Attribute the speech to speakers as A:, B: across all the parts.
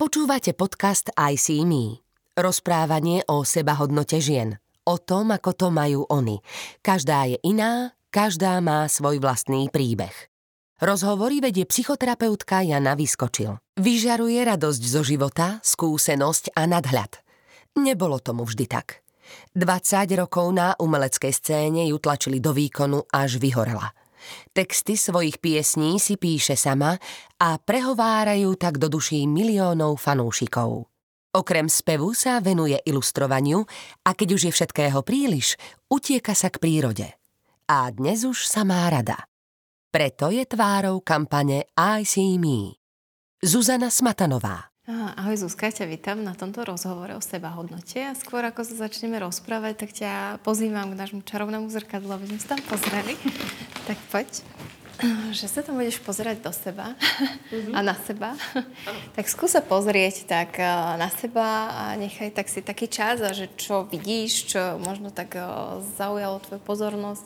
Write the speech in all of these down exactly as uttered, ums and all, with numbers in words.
A: Počúvate podcast I See Me. Rozprávanie o sebahodnote žien. O tom, ako to majú oni. Každá je iná, každá má svoj vlastný príbeh. Rozhovory vedie psychoterapeutka Jana Vyskočil. Vyžaruje radosť zo života, skúsenosť a nadhľad. Nebolo tomu vždy tak. dvadsať rokov na umeleckej scéne ju tlačili do výkonu, až vyhorela. Texty svojich piesní si píše sama a prehovárajú tak do duší miliónov fanúšikov. Okrem spevu sa venuje ilustrovaniu a keď už je všetkého príliš, utieka sa k prírode. A dnes už sa má rada. Preto je tvárou kampane I See Me. Zuzana Smatanová.
B: Ahoj Zuzka, ťa vítam na tomto rozhovore o sebahodnote a skôr ako sa začneme rozprávať, tak ťa pozývam k nášmu čarovnému zrkadlu, aby sme sa tam pozreli. Tak poď, že sa tam budeš pozerať do seba mm-hmm. a na seba. Tak skús sa pozrieť tak na seba a nechaj tak si taký čas, a že čo vidíš, čo možno tak zaujalo tvoju pozornosť.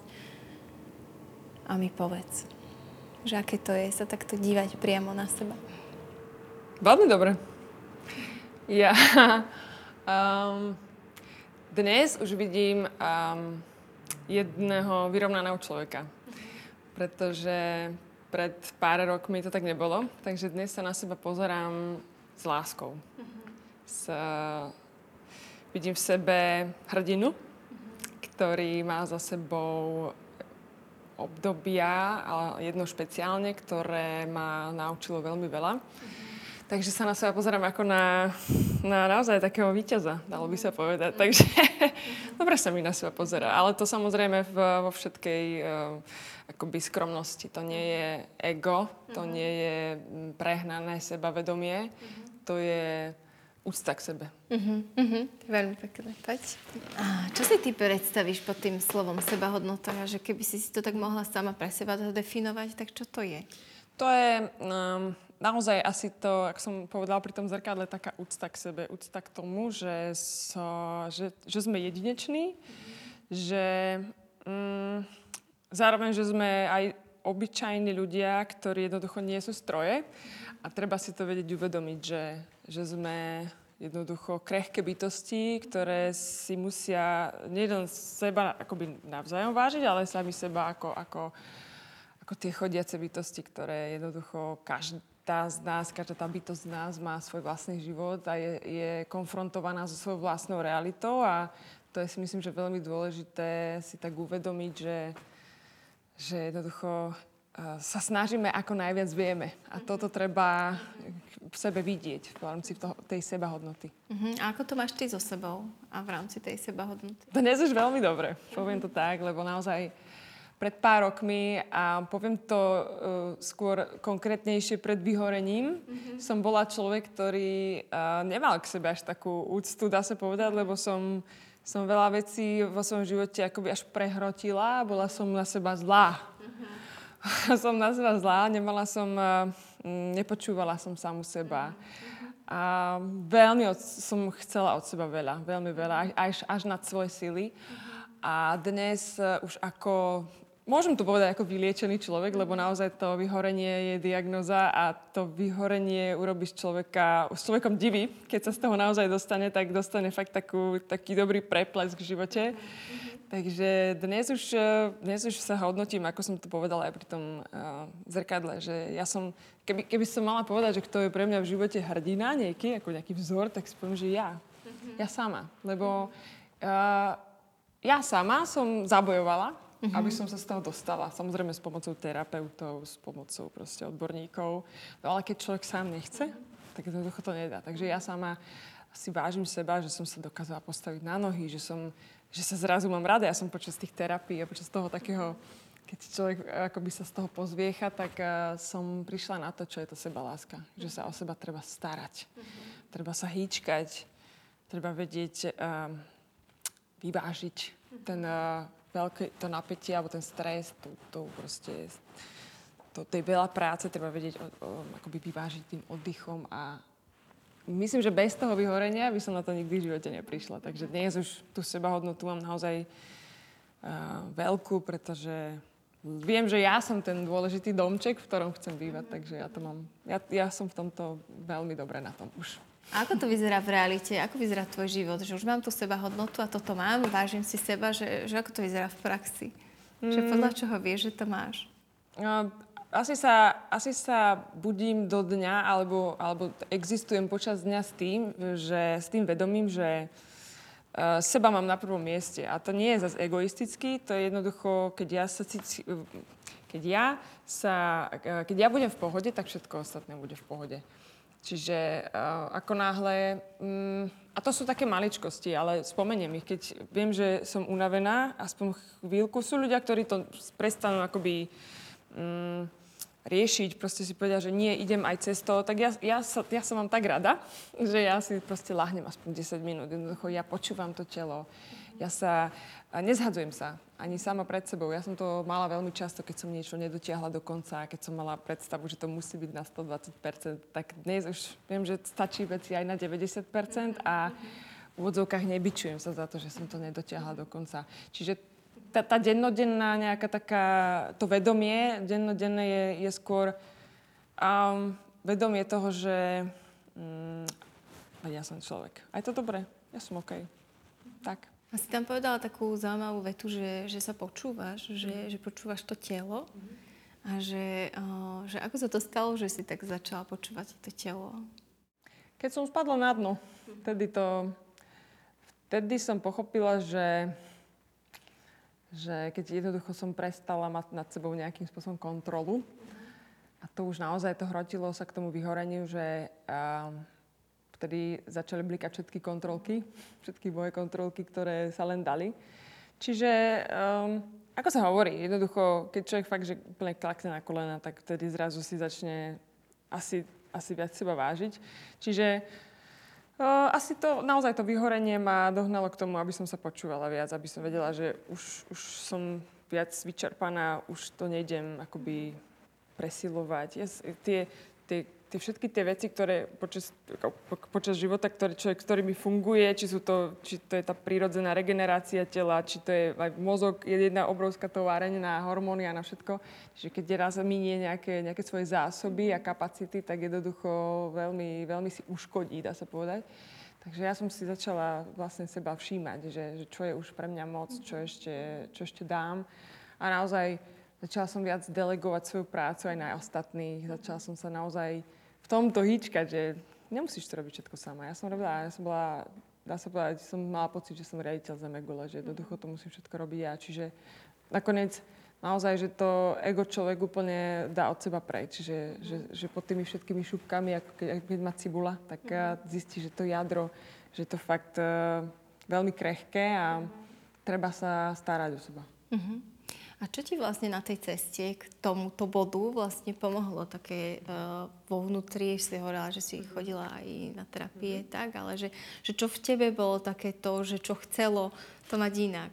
B: A mi povedz, že aké to je sa takto dívať priamo na seba.
C: Veľmi dobre. Ja um, dnes už vidím um, jedného vyrovnaného človeka, pretože pred pár rokmi to tak nebolo, takže dnes sa na seba pozerám s láskou. Uh-huh. S, uh, vidím v sebe hrdinu, uh-huh. ktorý má za sebou obdobia, ale jedno špeciálne, ktoré ma naučilo veľmi veľa. Uh-huh. Takže sa na seba pozerám ako na, na naozaj takého víťaza, dalo by sa povedať. Takže dobre sa mi na seba pozerá. Ale to samozrejme v, vo všetkej uh, akoby skromnosti. To nie je ego, to nie je prehnané sebavedomie, to je úcta k sebe.
B: Uh-huh, uh-huh. Veľmi pekné. Poď. A čo si ty predstavíš pod tým slovom sebahodnota? Že keby si si to tak mohla sama pre seba definovať, tak čo to je?
C: To je... Um, Naozaj asi to, ako som povedala pri tom zrkadle, taká úcta k sebe, úcta k tomu, že, so, že, že sme jedineční, že mm, zároveň, že sme aj obyčajní ľudia, ktorí jednoducho nie sú stroje a treba si to vedieť uvedomiť, že, že sme jednoducho krehké bytosti, ktoré si musia nielen seba akoby navzájom vážiť, ale sami seba ako, ako, ako tie chodiace bytosti, ktoré jednoducho každý tá z nás, každá tá bytosť z nás má svoj vlastný život a je, je konfrontovaná so svojou vlastnou realitou a to je si myslím, že veľmi dôležité si tak uvedomiť, že, že jednoducho uh, sa snažíme ako najviac vieme a toto treba v sebe vidieť v rámci toho, tej sebahodnoty.
B: Uh-huh. A ako to máš ty so sebou a v rámci tej sebahodnoty?
C: Dnes už veľmi dobre, poviem to tak, lebo naozaj pred pár rokmi, a poviem to uh, skôr konkrétnejšie pred vyhorením, mm-hmm. som bola človek, ktorý uh, nemal k sebe až takú úctu, dá sa povedať, lebo som, som veľa vecí vo svojom živote akoby až prehrotila a bola som na seba zlá. Mm-hmm. som na seba zlá, nemala som, uh, nepočúvala som samu seba. Mm-hmm. A veľmi od, som chcela od seba veľa, veľmi veľa, až, až nad svoje sily. Mm-hmm. A dnes uh, už ako... Môžem to povedať ako vyliečený človek, lebo naozaj to vyhorenie je diagnóza a to vyhorenie urobí z človeka, s človekom divý. Keď sa z toho naozaj dostane, tak dostane fakt takú, taký dobrý preplesk v živote. Mm-hmm. Takže dnes už, dnes už sa hodnotím, ako som to povedala aj pri tom uh, zrkadle, že ja som, keby, keby som mala povedať, že kto je pre mňa v živote hrdina nejaký, ako nejaký vzor, tak si poviem, že ja. Mm-hmm. Ja sama. Lebo uh, ja sama som zabojovala, Uh-huh. aby som sa z toho dostala. Samozrejme s pomocou terapeutov, s pomocou proste odborníkov. No ale keď človek sám nechce, tak jednoducho to nedá. Takže ja sama si vážim seba, že som sa dokázala postaviť na nohy, že, som, že sa zrazu mám rada. Ja som počas tých terapií a počas toho takého, keď človek akoby sa z toho pozviecha, tak uh, som prišla na to, čo je to sebaláska. Že sa o seba treba starať. Uh-huh. Treba sa hýčkať. Treba vedieť uh, vyvážiť uh-huh. ten... Uh, veľké to napätie, alebo ten stres, to, to proste, to, tej veľa práce treba vedieť o, o, akoby vyvážiť tým oddychom a myslím, že bez toho vyhorenia by som na to nikdy v živote neprišla. Takže dnes už tú sebahodnotu mám naozaj uh, veľkú, pretože viem, že ja som ten dôležitý domček, v ktorom chcem bývať, takže ja to mám, ja, ja som v tomto veľmi dobre na tom už.
B: A ako to vyzerá v realite? Ako vyzerá tvoj život? Že už mám tu seba hodnotu a toto mám, vážim si seba, že, že ako to vyzerá v praxi? Mm. Že podľa čoho vieš, že to máš?
C: Uh, asi, sa, asi sa budím do dňa, alebo, alebo existujem počas dňa s tým, že, s tým vedomím, že uh, seba mám na prvom mieste. A to nie je zase egoisticky, to je jednoducho, keď ja sa cíti, keď ja sa, keď ja budem v pohode, tak všetko ostatné bude v pohode. Čiže uh, ako náhle, um, a to sú také maličkosti, ale spomeniem ich, keď viem, že som unavená, aspoň chvíľku, sú ľudia, ktorí to prestanú akoby um, riešiť, proste si povedia, že nie, idem aj cez to, tak ja, ja, sa, ja som vám tak rada, že ja si proste lahnem aspoň desať minút, jednoducho ja počúvam to telo, ja sa, nezhadzujem sa ani sama pred sebou. Ja som to mala veľmi často, keď som niečo nedotiahla do konca, keď som mala predstavu, že to musí byť na stodvadsať percent, tak dnes už viem, že stačí veci aj na deväťdesiat percent a v úvodzovkách nebičujem sa za to, že som to nedotiahla do konca. Čiže tá, tá dennodenná nejaká taká, to vedomie dennodenné je, je skôr um, vedomie toho, že um, ja som človek. A je to dobré, ja som OK. Tak.
B: A si tam povedala takú zaujímavú vetu, že, že sa počúvaš, že, že počúvaš to telo a že, o, že ako sa to stalo, že si tak začala počúvať to telo?
C: Keď som spadla na dno, vtedy to, vtedy som pochopila, že, že keď jednoducho som prestala mať nad sebou nejakým spôsobom kontrolu a to už naozaj to hrotilo sa k tomu vyhoreniu, že a, vtedy začali blikať všetky kontrolky, všetky moje kontrolky, ktoré sa len dali. Čiže, um, ako sa hovorí, jednoducho, keď človek fakt, že úplne klakne na kolena, tak vtedy zrazu si začne asi, asi viac seba vážiť. Čiže uh, asi to, naozaj to vyhorenie ma dohnalo k tomu, aby som sa počúvala viac, aby som vedela, že už, už som viac vyčerpaná, už to nejdem akoby presilovať. Ja, tie, tie Tie všetky tie veci, ktoré počas, po, počas života, ktoré človek, s ktorými funguje, či, sú to, či to je tá prírodzená regenerácia tela, či to je aj mozog, je jedna obrovská továreň na hormóny a na všetko. Čiže keď raz minie nejaké, nejaké svoje zásoby a kapacity, tak jednoducho veľmi, veľmi si uškodí, dá sa povedať. Takže ja som si začala vlastne seba všímať, že, že čo je už pre mňa moc, čo ešte, čo ešte dám. A naozaj začala som viac delegovať svoju prácu aj na ostatných. Začala som sa naozaj v tomto hýčkať, že nemusíš to robiť všetko sama. Ja som robila, ja som bola, dá sa povedať, som mala pocit, že som riaditeľ Zemegule, že jednoducho to musím všetko robiť ja. Čiže nakoniec naozaj, že to ego človek úplne dá od seba preč. Čiže že, že pod tými všetkými šupkami, ako keď, keď má cibula, tak zistí, že to jadro, že to fakt uh, veľmi krehké a treba sa starať o seba.
B: Uh-huh. A čo ti vlastne na tej ceste k tomuto bodu vlastne pomohlo také uh, vo vnútri, si hovorila, že si chodila aj na terapie, mm-hmm. tak, ale že, že čo v tebe bolo také to, že čo chcelo to mať inak?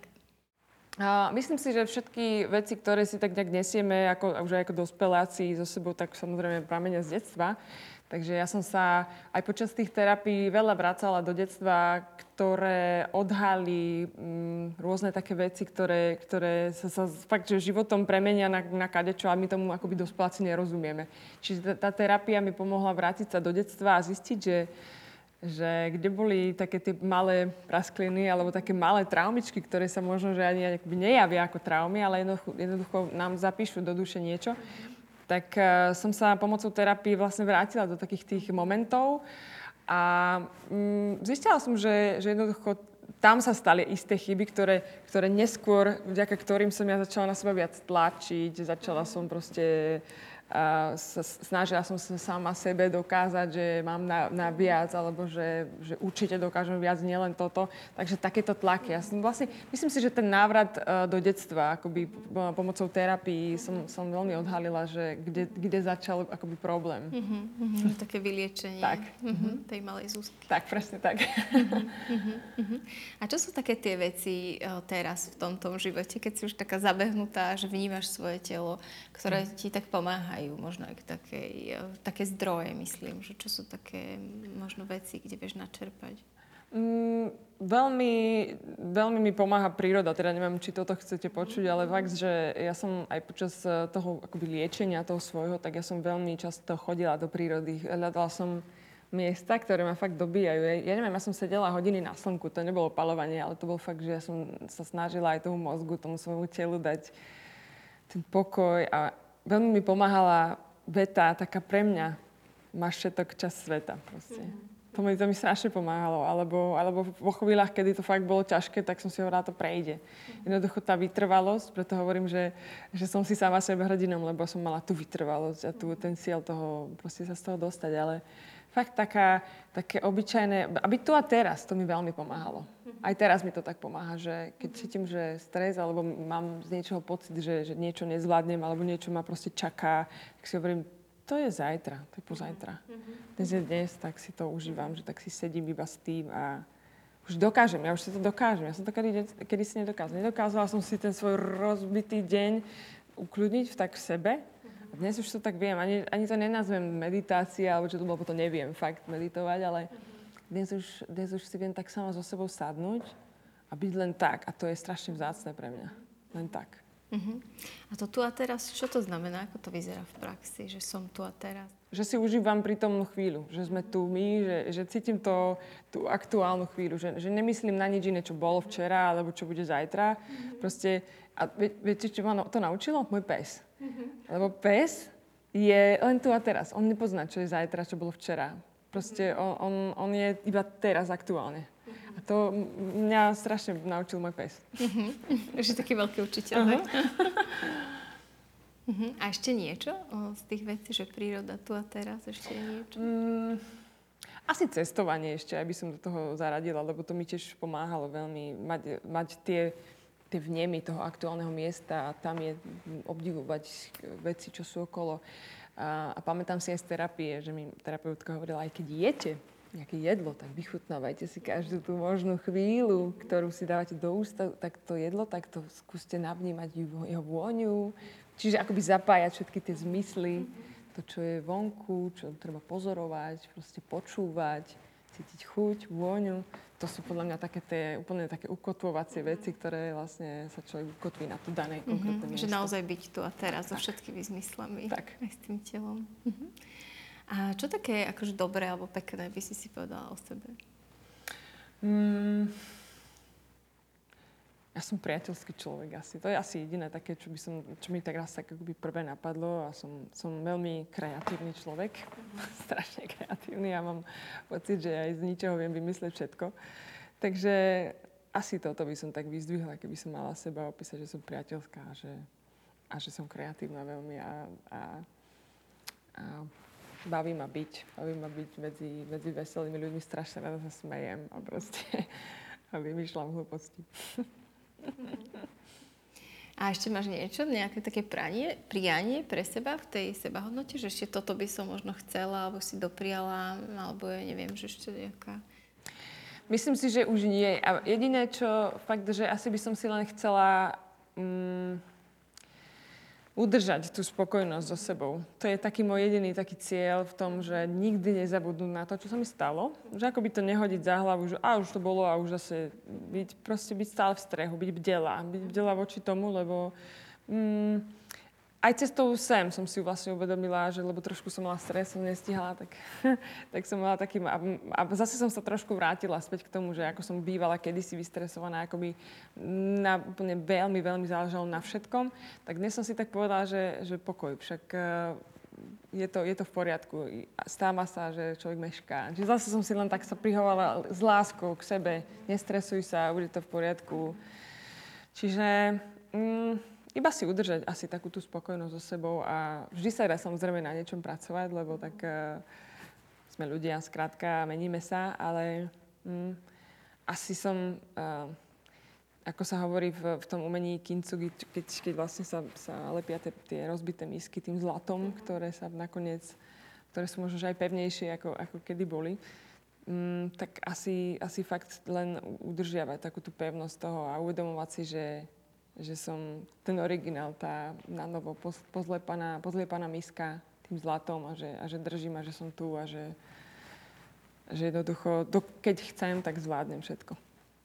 C: A myslím si, že všetky veci, ktoré si tak nejak nesieme, ako, už aj ako dospeláci so sebou, tak samozrejme pramenia z detstva. Takže ja som sa aj počas tých terapií veľa vracala do detstva, ktoré odhalí mm, rôzne také veci, ktoré, ktoré sa, sa fakt, že životom premenia na, na kadečo a my tomu akoby dospeláci nerozumieme. Čiže tá, tá terapia mi pomohla vrátiť sa do detstva a zistiť, že, že kde boli také tie malé praskliny alebo také malé traumičky, ktoré sa možno že ani nejavia ako traumy, ale jednoducho, jednoducho nám zapíšu do duše niečo. Tak uh, som sa pomocou terapii vlastne vrátila do takých tých momentov a um, zistila som, že, že jednoducho tam sa stali isté chyby, ktoré, ktoré neskôr, vďaka ktorým som ja začala na seba viac tlačiť, začala som proste a snažila som sa sama sebe dokázať, že mám na, na viac, alebo že, že určite dokážem viac, nielen toto. Takže takéto tlaky. Ja som vlastne, myslím si, že ten návrat uh, do detstva, akoby pomocou terapii, som, som veľmi odhalila, že kde, kde začal akoby problém.
B: Uh-huh, uh-huh. Také vyliečenie
C: tak.
B: Uh-huh, tej malej Zuzky.
C: Tak, presne tak.
B: Uh-huh, uh-huh. A čo sú také tie veci uh, teraz v tomto živote, keď si už taká zabehnutá, že vnímaš svoje telo, ktoré uh-huh. ti tak pomáhajú? Možno aj k takej, také zdroje, myslím, že čo sú také možno veci, kde vieš načerpať?
C: Mm, veľmi, veľmi mi pomáha príroda, teda neviem, či toto chcete počuť, ale fakt, že ja som aj počas toho akoby liečenia toho svojho, tak ja som veľmi často chodila do prírody. Hľadala som miesta, ktoré ma fakt dobíjajú. Ja, ja neviem, ja som sedela hodiny na slnku, to nebolo paľovanie, ale to bol fakt, že ja som sa snažila aj tomu mozgu, tomu svojmu telu dať ten pokoj a veľmi mi pomáhala veta taká pre mňa, máš všetok čas sveta proste. Mm. To mi, to mi strašne pomáhalo. Alebo, alebo vo chvíľach, kedy to fakt bolo ťažké, tak som si hovorila, to prejde. Jednoducho tá vytrvalosť, preto hovorím, že, že som si sama sebe hrdinom, lebo som mala tú vytrvalosť a tú, ten cieľ toho, proste sa z toho dostať. Ale fakt taká, také obyčajné, aby tu a teraz, to mi veľmi pomáhalo. Aj teraz mi to tak pomáha, že keď cítim, že stres, alebo mám z niečoho pocit, že, že niečo nezvládnem, alebo niečo ma proste čaká, tak si hovorím, to je zajtra, to je pozajtra. Mm-hmm. Dnes je dnes, tak si to užívam, že tak si sedím iba s tým a už dokážem, ja už si to dokážem. Ja som to kedy, kedy si nedokázala. Nedokázala som si ten svoj rozbitý deň ukľudniť tak v sebe. A dnes už to tak viem. Ani, ani to nenazvem meditácia, alebo čo to bolo, to neviem fakt meditovať, ale dnes už, dnes už si viem tak sama so sebou sadnúť a byť len tak. A to je strašne vzácne pre mňa. Len tak.
B: Uh-huh. A to tu a teraz, čo to znamená? Ako to vyzerá v praxi, že som tu a teraz?
C: Že si užívam prítomnú chvíľu, že sme tu my, že, že cítim to, tú aktuálnu chvíľu, že, že nemyslím na nič iné, čo bolo včera, alebo čo bude zajtra. Uh-huh. Proste, a vie, viete, čo ma to naučilo? Môj pes. Uh-huh. Lebo pes je len tu a teraz. On nepozná, čo je zajtra, čo bolo včera. Proste on, on, on je iba teraz aktuálne. A to mňa strašne naučil môj pes. Uh-huh.
B: Že taký veľký učiteľ. Uh-huh. uh-huh. A ešte niečo o, z tých vecí, že príroda tu a teraz, ešte niečo? Mm,
C: asi cestovanie ešte, aby som do toho zaradila, lebo to mi tiež pomáhalo veľmi mať, mať tie, tie vnemy toho aktuálneho miesta a tam je obdivovať veci, čo sú okolo. A, a pamätám si aj z terapie, že mi terapeutka hovorila, aj keď jete nejaké jedlo, tak vychutnávajte si každú tú možnú chvíľu, ktorú si dávate do ústa, tak to jedlo, tak to skúste navnímať jeho vôňu. Čiže akoby zapájať všetky tie zmysly, to, čo je vonku, čo treba pozorovať, proste počúvať, cítiť chuť, vôňu. To sú podľa mňa také tie úplne také ukotvovacie veci, ktoré vlastne sa človek ukotví na tú dané konkrétne miesto.
B: Že naozaj byť tu a teraz so všetkými zmyslami. Tak. Aj s tým telom. Uh-huh. A čo také akože dobré alebo pekné by si si povedala o sebe?
C: Mm, ja som priateľský človek asi. To je asi jediné také, čo, by som, čo mi tak raz tak akoby prvé napadlo. A som, som veľmi kreatívny človek. Mm-hmm. Strašne kreatívny. Ja mám pocit, že aj z ničoho viem vymyslieť všetko. Takže asi toto by som tak vyzdvihla, keby som mala seba opísať, že som priateľská a že, a že som kreatívna veľmi a, a, a baví ma byť. Baví ma byť medzi, medzi veselými ľuďmi. Strašne rada sa smejem a proste a vymýšľam hlúposti.
B: A ešte máš niečo, nejaké také pranie, prianie pre seba v tej sebahodnote? Že ešte toto by som možno chcela, alebo si dopriala, alebo ja neviem, že ešte nejaká...
C: Myslím si, že už nie. A jediné, čo fakt, že asi by som si len chcela... Mm, udržať tú spokojnosť so sebou. To je taký môj jediný taký cieľ v tom, že nikdy nezabudnúť na to, čo sa mi stalo. Že ako by to nehodiť za hlavu, že a už to bolo a už zase byť, proste byť stále v strehu, byť bdelá. Byť bdelá voči tomu, lebo mm, aj cestou sem som si vlastne uvedomila, že lebo trošku som mala stres, som nestihala, tak, tak som mala taký... A, a zase som sa trošku vrátila späť k tomu, že ako som bývala kedysi vystresovaná, ako by na úplne veľmi, veľmi záležalo na všetkom. Tak dnes som si tak povedala, že, že pokoj, však uh, je to, je to v poriadku. Stáva sa, že človek mešká. Čiže zase som si len tak sa prihovala s láskou k sebe. Nestresuj sa, bude to v poriadku. Čiže... Mm, iba si udržať asi takú tú spokojnosť so sebou a vždy sa dá samozrejme na niečom pracovať, lebo tak uh, sme ľudia, skrátka, meníme sa, ale um, asi som, uh, ako sa hovorí v, v tom umení kintsugi, keď, keď vlastne sa, sa lepia tie, tie rozbité misky tým zlatom, ktoré sa nakoniec, ktoré sú možno aj pevnejšie, ako, ako kedy boli, um, tak asi, asi fakt len udržiavať takú tú pevnosť toho a uvedomovať si, že že som ten originál, tá na novo pozlepaná, pozlepaná miska tým zlatom a že, a že držím a že som tu a že, Že jednoducho, do, keď chcem, tak zvládnem všetko.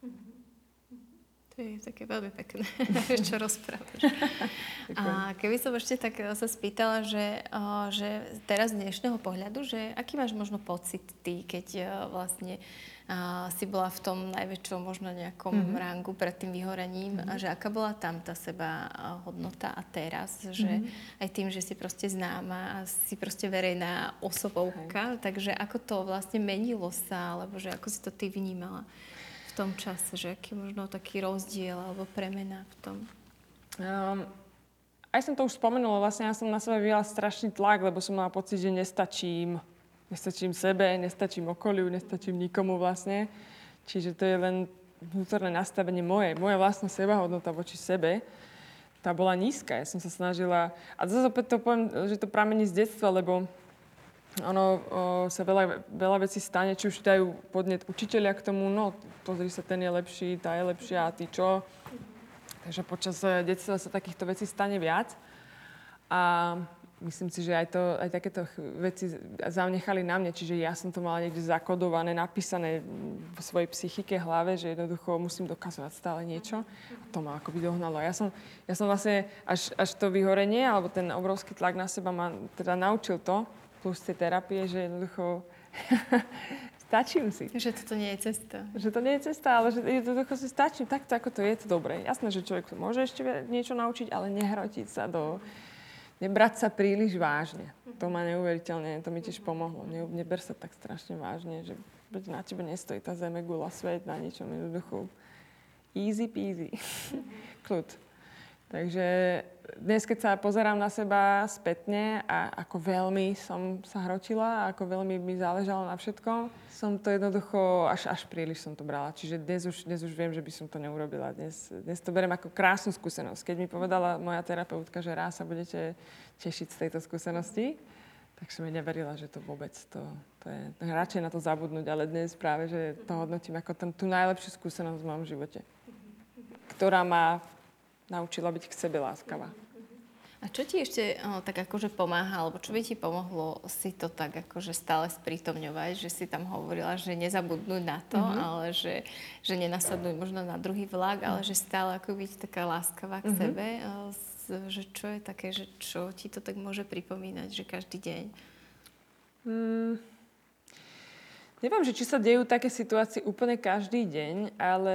B: To je také veľmi pekné, čo rozprávaš. A keby som ešte tak sa spýtala, že, že teraz z dnešného pohľadu, že aký máš možno pocit ty, keď vlastne si bola v tom najväčšom možno nejakom mm-hmm. rangu pred tým vyhorením, mm-hmm. a že aká bola tam tá seba hodnota a teraz, že mm-hmm. aj tým, že si proste známa a si proste verejná osobovka, Hej. takže ako to vlastne menilo sa, alebo že ako si to ty vnímala v tom čase, že aký možno taký rozdiel alebo premena v tom?
C: Um, aj som to už spomenula, vlastne ja som na sebe vyjala strašný tlak, lebo som mala pocit, že nestačím. Nestačím sebe, nestačím okoliu, nestačím nikomu vlastne. Čiže to je len vnútorné nastavenie moje. Moja vlastná sebahodnota voči sebe, tá bola nízka. Ja som sa snažila... A zase opäť to poviem, že to pramení z detstva, lebo ono o, sa veľa, veľa vecí stane, či už dajú podnet učitelia k tomu, no pozri sa, ten je lepší, tá je lepšia a ty čo. Takže počas detstva sa takýchto vecí stane viac. A myslím si, že aj, to, aj takéto veci zanechali na mne, čiže ja som to mala niekde zakodované, napísané v svojej psychike, hlave, že jednoducho musím dokazovať stále niečo. A to ma akoby dohnalo. Ja som, ja som vlastne až, až to vyhorenie, alebo ten obrovský tlak na seba ma teda naučil to, plus tie terapie, že jednoducho stačím si.
B: Že toto nie je cesta.
C: Že to nie je cesta, ale že jednoducho si stačím. Takto, ako to je, to dobré. Jasné, že človek môže ešte niečo naučiť, ale nehrotiť sa do... Nebrať sa príliš vážne. To ma neuveriteľne, to mi tiež pomohlo. Ne, neber sa tak strašne vážne, že na tebe nestojí tá zeme, gula, svet, na ničom jednoducho. Easy peasy. Kľud. Takže dnes, keď sa pozerám na seba spätne a ako veľmi som sa hrotila, ako veľmi mi záležalo na všetkom, som to jednoducho, až, až príliš som to brala. Čiže dnes už, dnes už viem, že by som to neurobila. Dnes, dnes to beriem ako krásnu skúsenosť. Keď mi povedala moja terapeutka, že raz sa budete tešiť z tejto skúsenosti, tak som jej neverila, že to vôbec to, to je... Radšej na to zabudnúť, ale dnes práve, že to hodnotím ako ten, tú najlepšiu skúsenosť v mojom živote, ktorá ma naučila byť k sebe láskavá.
B: A čo ti ešte o, tak akože pomáha, alebo čo by ti pomohlo si to tak akože stále sprítomňovať, že si tam hovorila, že nezabudnúť na to, mm-hmm. ale že, že nenasadnúť možno na druhý vlak, ale že stále ako byť taká láskavá k mm-hmm. sebe, o, že čo je také, že čo ti to tak môže pripomínať, že každý deň?
C: Hmm. Neviem, že či sa dejú také situácie úplne každý deň, ale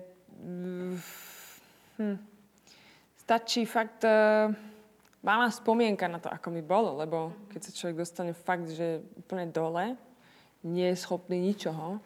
C: hm, stačí fakt uh, malá spomienka na to, ako mi bolo, lebo keď sa človek dostane fakt, že úplne dole, nie je schopný ničoho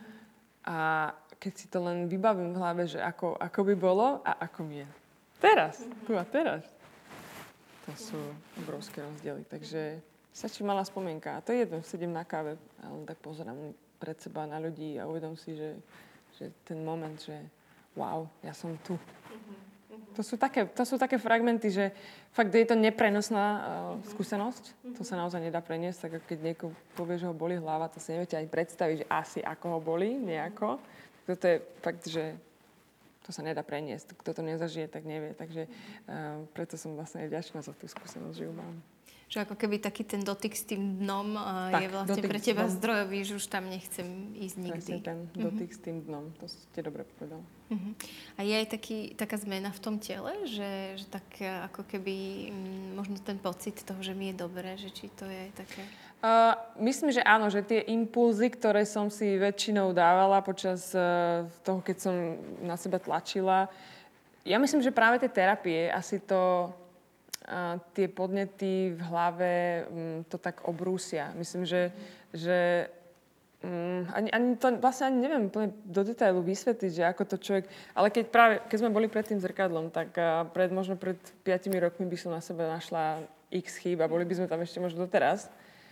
C: a keď si to len vybavím v hlave, že ako, ako by bolo a ako mi je teraz, tu a teraz. To sú obrovské rozdiely, takže stačí malá spomienka. A to je jedno, sedím na káve a len tak pozerám pred seba na ľudí a uvedom si, že, že ten moment, že wow, ja som tu. To sú také, to sú také fragmenty, že fakt je to neprenosná uh, skúsenosť. To sa naozaj nedá preniesť. Tak keď niekomu povie, že ho boli hlava, to si neviete ani predstaviť, že asi ako ho boli, nejako. Toto je fakt, že to sa nedá preniesť. Kto to nezažije, tak nevie. Takže uh, preto som vlastne vďačná za tú skúsenosť, že ju mám.
B: Že ako keby taký ten dotyk s tým dnom uh,
C: tak,
B: je vlastne pre teba zdrojový, že už tam nechcem ísť nikdy.
C: Presne ten dotyk uh-huh. s tým dnom. To ste dobre povedal.
B: Uh-huh. A je aj taký, taká zmena v tom tele, že, že tak ako keby m, možno ten pocit toho, že mi je dobré, že či to je aj také...
C: Uh, myslím, že áno, že tie impulzy, ktoré som si väčšinou dávala počas uh, toho, keď som na seba tlačila, ja myslím, že práve tie terapie asi to... A tie podnety v hlave um, to tak obrúsia. Myslím, že, že um, ani, ani to vlastne ani neviem úplne do detailu vysvetliť, že ako to človek... Ale keď práve, keď sme boli pred tým zrkadlom, tak uh, pred, možno pred piatimi rokmi by som na sebe našla x chýb a boli by sme tam ešte možno doteraz.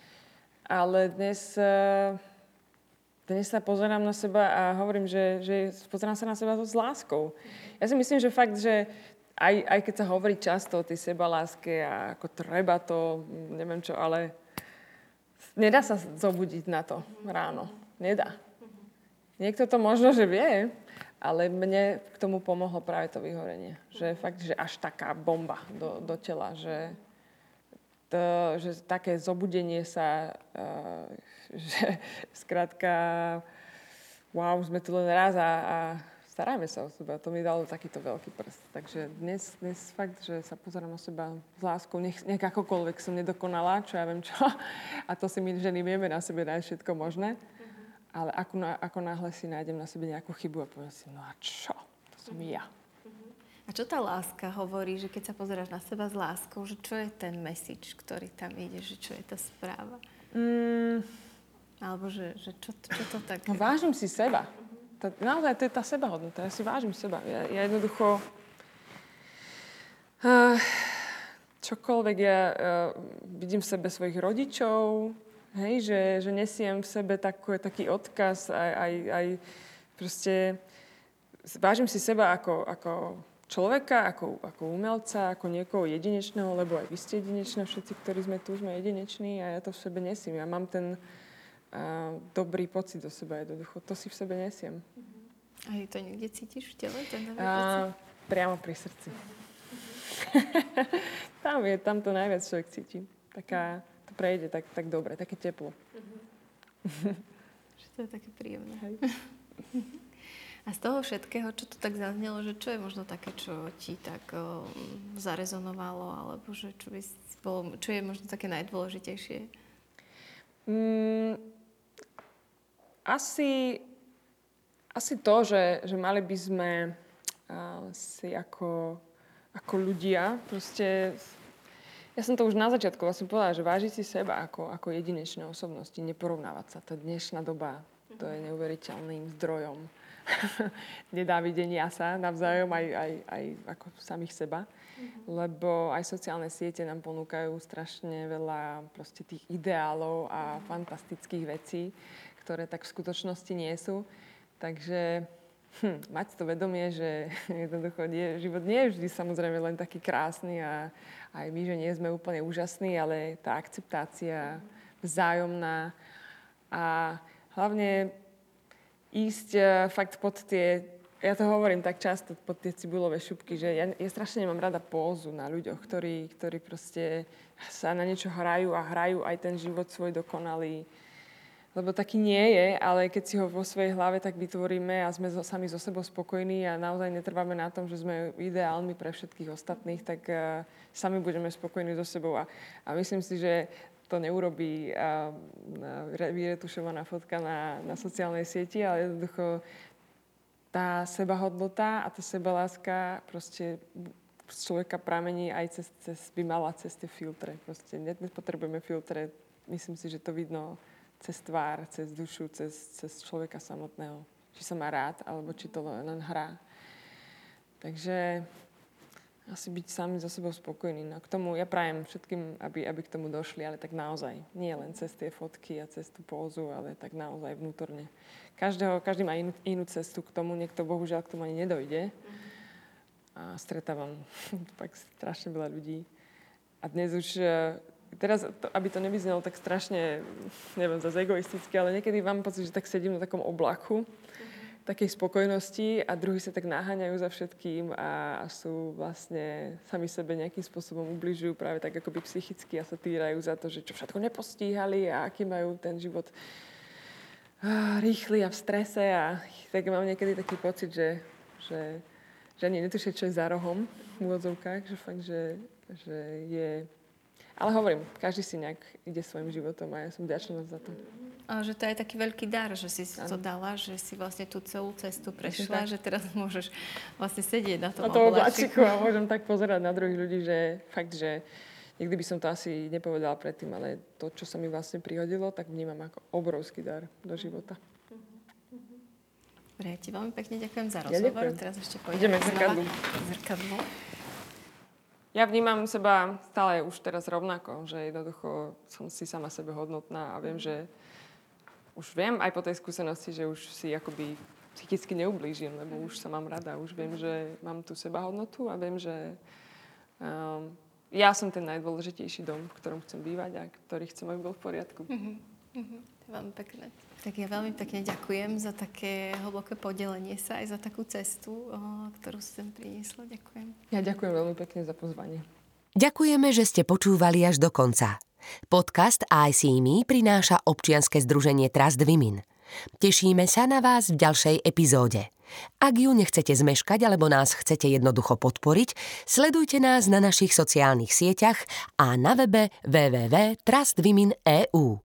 C: Ale dnes, uh, dnes sa pozerám na seba a hovorím, že, že pozerám sa na seba s láskou. Ja si myslím, že fakt, že Aj, aj keď sa hovorí často o tej sebaláske a ako treba to, neviem čo, ale nedá sa zobudiť na to ráno. Nedá. Niekto to možno, že vie, ale mne k tomu pomohlo práve to vyhorenie. Že fakt, že až taká bomba do, do tela, že to, že také zobudenie sa, uh, že skrátka, wow, sme tu len raz a, a staráme sa o seba. To mi dalo takýto veľký prst. Takže dnes, dnes fakt, že sa pozerám na seba s láskou, nech, nech akokoľvek som nedokonalá, čo ja viem čo. A to si my ženy vieme na sebe nájsť všetko možné. Mm-hmm. Ale ako, ako náhle si nájdem na sebe nejakú chybu a poviem si, no a čo? To som mm-hmm. ja.
B: A čo tá láska hovorí, že keď sa pozeráš na seba s láskou, že čo je ten message, ktorý tam ide, že čo je tá správa? Mm. Alebo že, že čo, čo to tak...
C: No, vážim si seba. Tá, naozaj to je tá sebahodnota. Ja si vážim seba. Ja, ja jednoducho... Uh, čokoľvek ja uh, vidím v sebe svojich rodičov, hej, že, že nesiem v sebe taký, taký odkaz aj, aj, aj proste... Vážim si seba ako... ako človeka, ako, ako umelca, ako niekoho jedinečného, lebo aj vy ste jedinečné, všetci, ktorí sme tu, sme jedineční a ja to v sebe nesiem. Ja mám ten uh, dobrý pocit do seba jednoducho. To si v sebe nesiem.
B: Uh-huh. A to niekde cítiš v tele, ten dobrý
C: uh,
B: pocit?
C: Priamo pri srdci. Uh-huh. tam je, tam to najviac človek cíti. Taká, to prejde tak, tak dobre, také teplo.
B: Uh-huh. Že to je také príjemné. Hej. A z toho všetkého, čo to tak zaznelo, že čo je možno také, čo ti tak o, zarezonovalo, alebo že čo, by bolo, čo je možno také najdôležitejšie? Mm,
C: asi, asi to, že, že mali by sme uh, si ako, ako ľudia, proste, ja som to už na začiatku vlastne povedala, že vážiť si seba ako, ako jedinečné osobnosti, neporovnávať sa. Tá dnešná doba, to je neuveriteľným zdrojom nedávidenia sa navzájom aj, aj, aj ako samých seba. Mm-hmm. Lebo aj sociálne siete nám ponúkajú strašne veľa proste tých ideálov a mm-hmm. fantastických vecí, ktoré tak v skutočnosti nie sú. Takže hm, mať to vedomie, že jednoducho nie, život nie je vždy samozrejme len taký krásny a aj my, že nie sme úplne úžasní, ale tá akceptácia vzájomná a hlavne ísť uh, fakt pod tie, ja to hovorím tak často, pod tie cibulové šupky, že ja, ja strašne nemám rada pózu na ľuďoch, ktorí, ktorí proste sa na niečo hrajú a hrajú aj ten život svoj dokonalý. Lebo taký nie je, ale keď si ho vo svojej hlave tak vytvoríme a sme zo, sami so sebou spokojní a naozaj netrváme na tom, že sme ideálni pre všetkých ostatných, tak uh, sami budeme spokojní so sebou. A, a myslím si, že to neurobí uh, vyretušovaná fotka na, na sociálnej sieti, ale jednoducho tá sebahodnota a tá sebaláska proste z človeka pramení aj cez, cez, by mala cez tie filtre. Proste nepotrebujeme filtre. Myslím si, že to vidno cez tvár, cez dušu, cez, cez človeka samotného. Či sa má rád, alebo či to len hrá. Takže asi byť sami so sebou spokojní. No, k tomu ja prajem všetkým, aby, aby k tomu došli, ale tak naozaj. Nie len cez tie fotky a cez tú pózu, ale tak naozaj vnútorne. Každého, každý má inú, inú cestu k tomu, niekto bohužiaľ k tomu ani nedojde. A stretávam tak strašne veľa ľudí. A dnes už, teraz, aby to nevyznelo tak strašne, neviem, zase egoisticky, ale niekedy mám pocit, že tak sedím na takom oblaku, takej spokojnosti a druhí sa tak naháňajú za všetkým a sú vlastne sami sebe nejakým spôsobom ubližujú práve tak akoby psychicky a sa týrajú za to, že čo všetko nepostíhali a aký majú ten život rýchly a v strese a tak mám niekedy taký pocit, že, že, že ani netušia, čo je za rohom v úvodzovkách, že fakt, že, že je... Ale hovorím, každý si nejak ide svojim životom a ja som vďačná za to.
B: A že to je taký veľký dar, že si to dala, že si vlastne tú celú cestu prešla, že teraz môžeš vlastne sedieť na tom
C: obláčiku a môžem tak pozerať na druhých ľudí, že fakt, že nikdy by som to asi nepovedala predtým, ale to, čo sa mi vlastne prihodilo, tak vnímam ako obrovský dar do života.
B: Dobre, ja ti veľmi pekne ďakujem za rozhovor. Ja teraz ešte pôjdeme
C: k zrkadlu.
B: zrkadlu.
C: Ja vnímam seba stále už teraz rovnako, že jednoducho som si sama sebe hodnotná a viem, že už viem aj po tej skúsenosti, že už si akoby psychicky neublížim, lebo už sa mám rada. Už viem, že mám tú sebahodnotu a viem, že um, ja som ten najdôležitejší dom, v ktorom chcem bývať a ktorý chcem, aby bol v poriadku.
B: Uh-huh. Uh-huh. To je veľmi pekné. Tak ja veľmi pekne ďakujem za také hlboké podelenie sa aj za takú cestu, o, ktorú si sem priniesla. Ďakujem.
C: Ja ďakujem veľmi pekne za pozvanie.
A: Ďakujeme, že ste počúvali až do konca. Podcast I See Me prináša občianske združenie Trust Women. Tešíme sa na vás v ďalšej epizóde. Ak ju nechcete zmeškať alebo nás chcete jednoducho podporiť, sledujte nás na našich sociálnych sieťach a na webe w w w bodka trust women bodka e u.